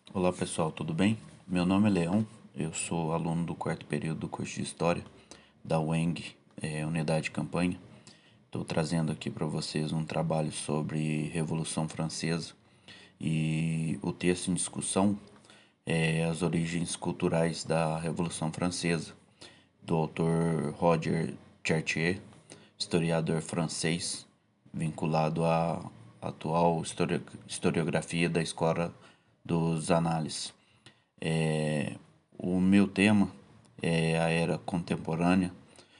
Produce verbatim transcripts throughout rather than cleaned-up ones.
Olá pessoal, tudo bem? Meu nome é Leão, eu sou aluno do quarto período do curso de História da U E N G, é, Unidade Campanha. Estou trazendo aqui para vocês um trabalho sobre Revolução Francesa e o texto em discussão é As Origens Culturais da Revolução Francesa, do autor Roger Chartier, historiador francês, vinculado à atual historiografia da Escola dos Análises. É, o meu tema é a era contemporânea,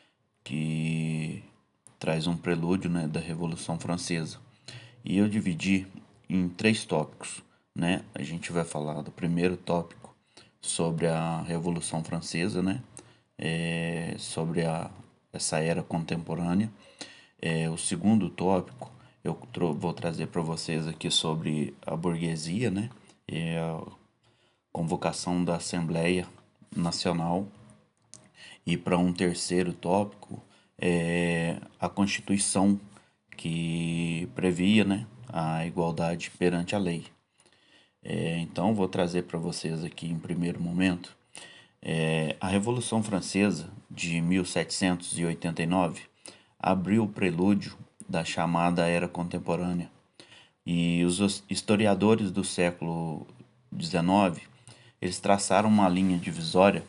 que traz um prelúdio, né, da Revolução Francesa. E eu dividi em três tópicos, né? A gente vai falar do primeiro tópico sobre a Revolução Francesa, né? É, sobre a, essa era contemporânea. É, o segundo tópico eu vou trazer para vocês aqui sobre a burguesia, né? É a convocação da Assembleia Nacional. E para um terceiro tópico, é a Constituição, que previa, né, a igualdade perante a lei. É, então, vou trazer para vocês aqui em primeiro momento é, a Revolução Francesa de mil setecentos e oitenta e nove abriu o prelúdio da chamada Era Contemporânea. E os historiadores do século dezenove, eles traçaram uma linha divisória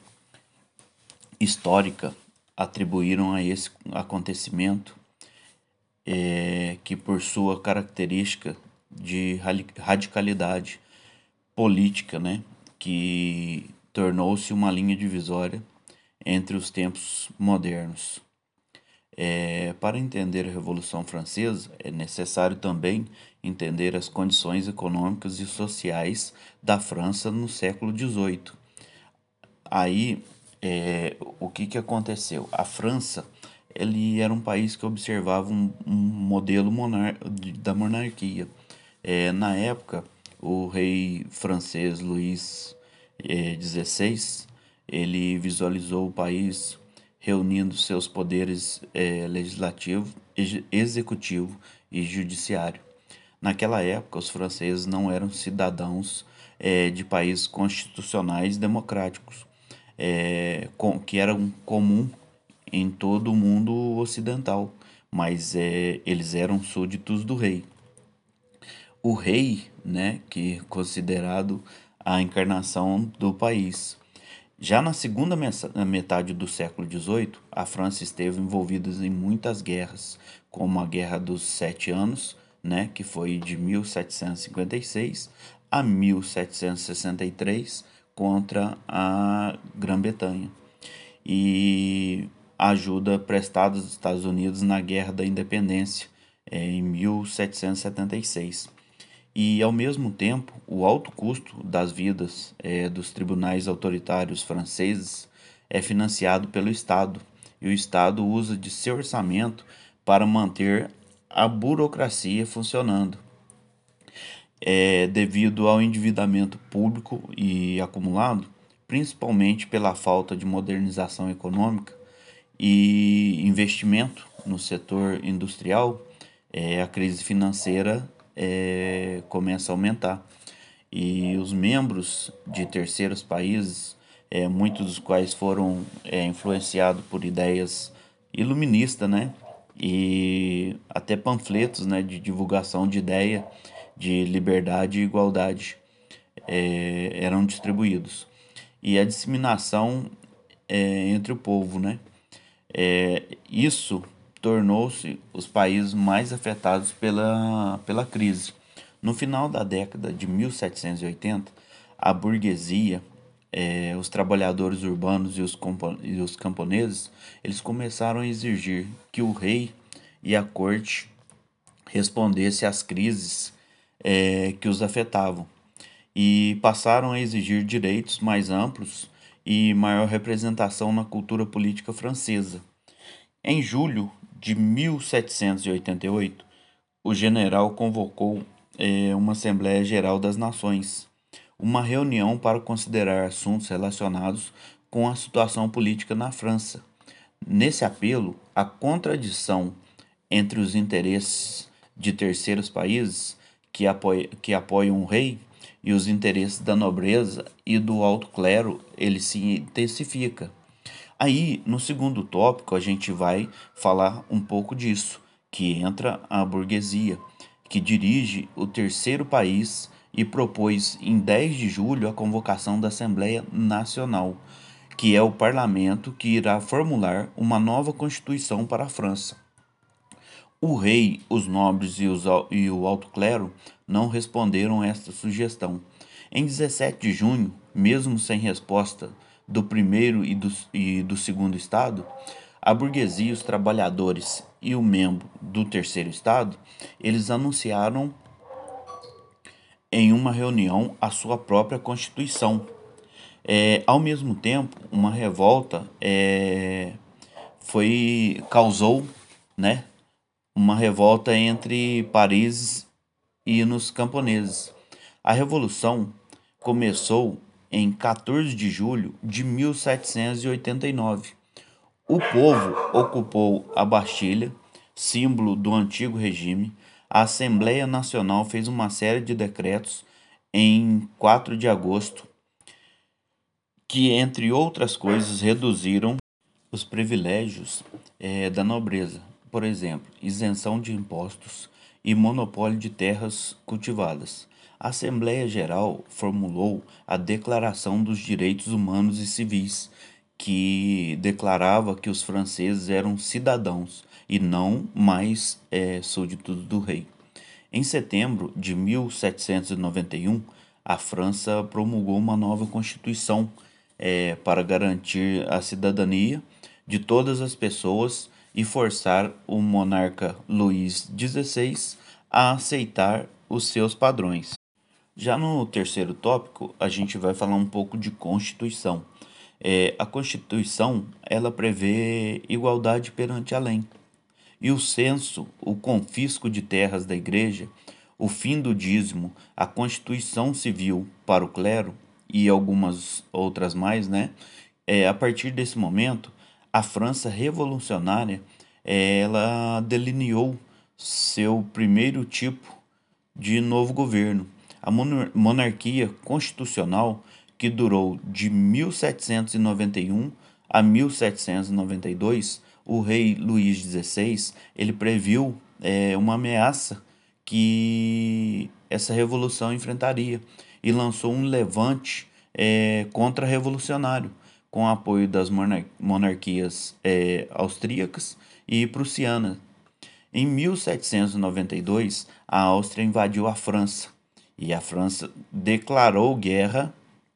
histórica, atribuíram a esse acontecimento é, que, por sua característica de radicalidade política, né, que tornou-se uma linha divisória entre os tempos modernos. É, para entender a Revolução Francesa, é necessário também entender as condições econômicas e sociais da França no século dezoito. Aí, é, o que, que aconteceu? A França, ele era um país que observava um, um modelo monar da monarquia. É, na época, o rei francês Luís é, dezesseis, ele visualizou o país reunindo seus poderes é, legislativo, executivo e judiciário. Naquela época, os franceses não eram cidadãos é, de países constitucionais democráticos, é, com, que eram comum em todo o mundo ocidental, mas é, eles eram súditos do rei. O rei, né, que é considerado a encarnação do país. Já na segunda metade do século dezoito, a França esteve envolvida em muitas guerras, como a Guerra dos Sete Anos, né, que foi de mil setecentos e cinquenta e seis a mil setecentos e sessenta e três contra a Grã-Bretanha, e a ajuda prestada aos Estados Unidos na Guerra da Independência eh, em mil setecentos e setenta e seis. E, ao mesmo tempo, o alto custo das vidas eh, dos tribunais autoritários franceses é financiado pelo Estado, e o Estado usa de seu orçamento para manter a burocracia funcionando. É, devido ao endividamento público e acumulado, principalmente pela falta de modernização econômica e investimento no setor industrial, é, a crise financeira é, começa a aumentar. E os membros de terceiros países, é, muitos dos quais foram é, influenciados por ideias iluministas, né? E até panfletos, né, de divulgação de ideia de liberdade e igualdade é, eram distribuídos. E a disseminação é, entre o povo, né? É, isso tornou-se os países mais afetados pela, pela crise. No final da década de mil setecentos e oitenta, a burguesia, eh, os trabalhadores urbanos e os, e os camponeses, eles começaram a exigir que o rei e a corte respondessem às crises eh, que os afetavam, e passaram a exigir direitos mais amplos e maior representação na cultura política francesa. Em julho de mil setecentos e oitenta e oito, o general convocou eh, uma Assembleia Geral das Nações, uma reunião para considerar assuntos relacionados com a situação política na França. Nesse apelo, a contradição entre os interesses de terceiros países que, apoia, que apoiam o rei e os interesses da nobreza e do alto clero ele se intensifica. Aí, no segundo tópico, a gente vai falar um pouco disso, que entra a burguesia, que dirige o terceiro país e propôs em dez de julho a convocação da Assembleia Nacional, que é o parlamento que irá formular uma nova constituição para a França. O rei, os nobres e, os, e o alto clero não responderam a esta sugestão. Em dezessete de junho, mesmo sem resposta do primeiro e do, e do segundo estado, a burguesia, os trabalhadores e o membro do terceiro estado, eles anunciaram em uma reunião a sua própria constituição. É, ao mesmo tempo, uma revolta é, foi causou, né, uma revolta entre Paris e nos camponeses. A revolução começou em quatorze de julho de mil setecentos e oitenta e nove. O povo ocupou a Bastilha, símbolo do antigo regime. A Assembleia Nacional fez uma série de decretos em quatro de agosto que, entre outras coisas, reduziram os privilégios eh, da nobreza, por exemplo, isenção de impostos e monopólio de terras cultivadas. A Assembleia Geral formulou a Declaração dos Direitos Humanos e Civis, que declarava que os franceses eram cidadãos e não mais eh, súditos do rei. Em setembro de mil setecentos e noventa e um, a França promulgou uma nova Constituição eh, para garantir a cidadania de todas as pessoas e forçar o monarca Luís dezesseis a aceitar os seus padrões. Já no terceiro tópico, a gente vai falar um pouco de Constituição. É, a Constituição ela prevê igualdade perante a lei. E o censo, o confisco de terras da igreja, o fim do dízimo, a Constituição Civil para o clero e algumas outras mais, né? É, a partir desse momento, a França revolucionária é, ela delineou seu primeiro tipo de novo governo, a monarquia constitucional que durou de mil setecentos e noventa e um a mil setecentos e noventa e dois. O rei Luís dezesseis ele previu é, uma ameaça que essa revolução enfrentaria e lançou um levante é, contra-revolucionário com apoio das monar monarquias é, austríacas e prussianas. Em mil setecentos e noventa e dois, a Áustria invadiu a França e a França declarou guerra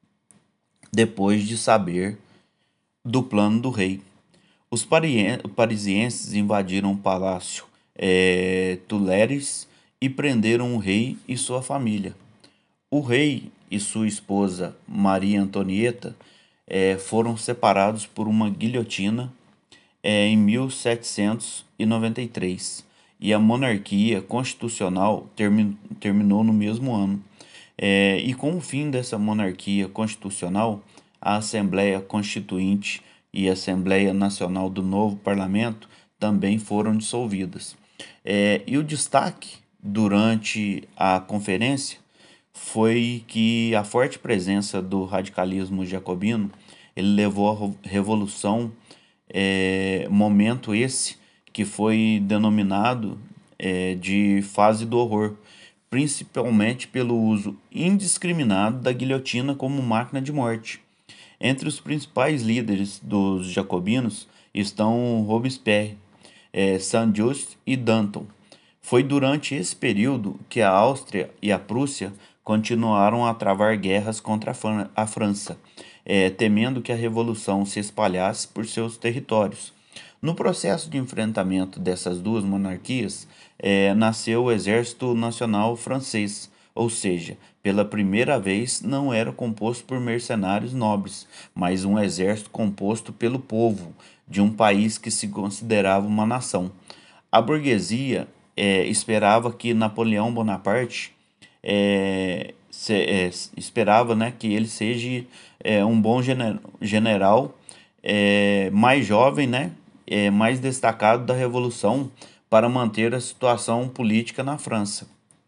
depois de saber do plano do rei. Os parisienses invadiram o palácio é, Tuileries e prenderam o rei e sua família. O rei e sua esposa Maria Antonieta é, foram separados por uma guilhotina é, em mil setecentos e noventa e três e a monarquia constitucional termi terminou no mesmo ano. É, e com o fim dessa monarquia constitucional, a Assembleia Constituinte e a Assembleia Nacional do novo Parlamento também foram dissolvidas. É, e o destaque durante a conferência foi que a forte presença do radicalismo jacobino ele levou à revolução, é, momento esse que foi denominado é, de fase do horror, principalmente pelo uso indiscriminado da guilhotina como máquina de morte. Entre os principais líderes dos jacobinos estão Robespierre, é, Saint-Just e Danton. Foi durante esse período que a Áustria e a Prússia continuaram a travar guerras contra a França, é, temendo que a revolução se espalhasse por seus territórios. No processo de enfrentamento dessas duas monarquias, é, nasceu o Exército Nacional Francês, ou seja, pela primeira vez não era composto por mercenários nobres, mas um exército composto pelo povo de um país que se considerava uma nação. A burguesia é, esperava que Napoleão Bonaparte é, se, é, esperava, né, que ele seja é, um bom gener, general, é, mais jovem, né, é, mais destacado da Revolução para manter a situação política na França.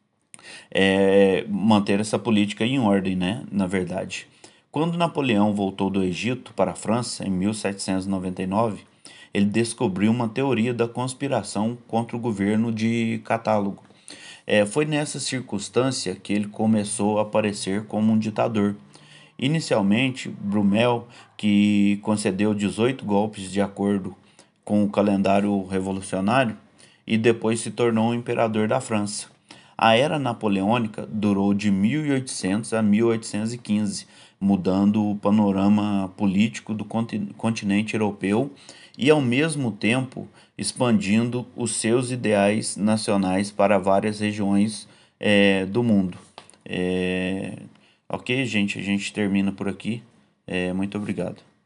é, manter essa política em ordem, né, na verdade. Quando Napoleão voltou do Egito para a França, em mil setecentos e noventa e nove, ele descobriu uma teoria da conspiração contra o governo de Cartago. É, foi nessa circunstância que ele começou a aparecer como um ditador. Inicialmente, Brumel, que concedeu dezoito golpes de acordo com o calendário revolucionário, e depois se tornou o imperador da França. A era napoleônica durou de mil e oitocentos a mil oitocentos e quinze, mudando o panorama político do continente europeu e, ao mesmo tempo, expandindo os seus ideais nacionais para várias regiões é, do mundo. É, ok, gente, a gente termina por aqui. É, muito obrigado.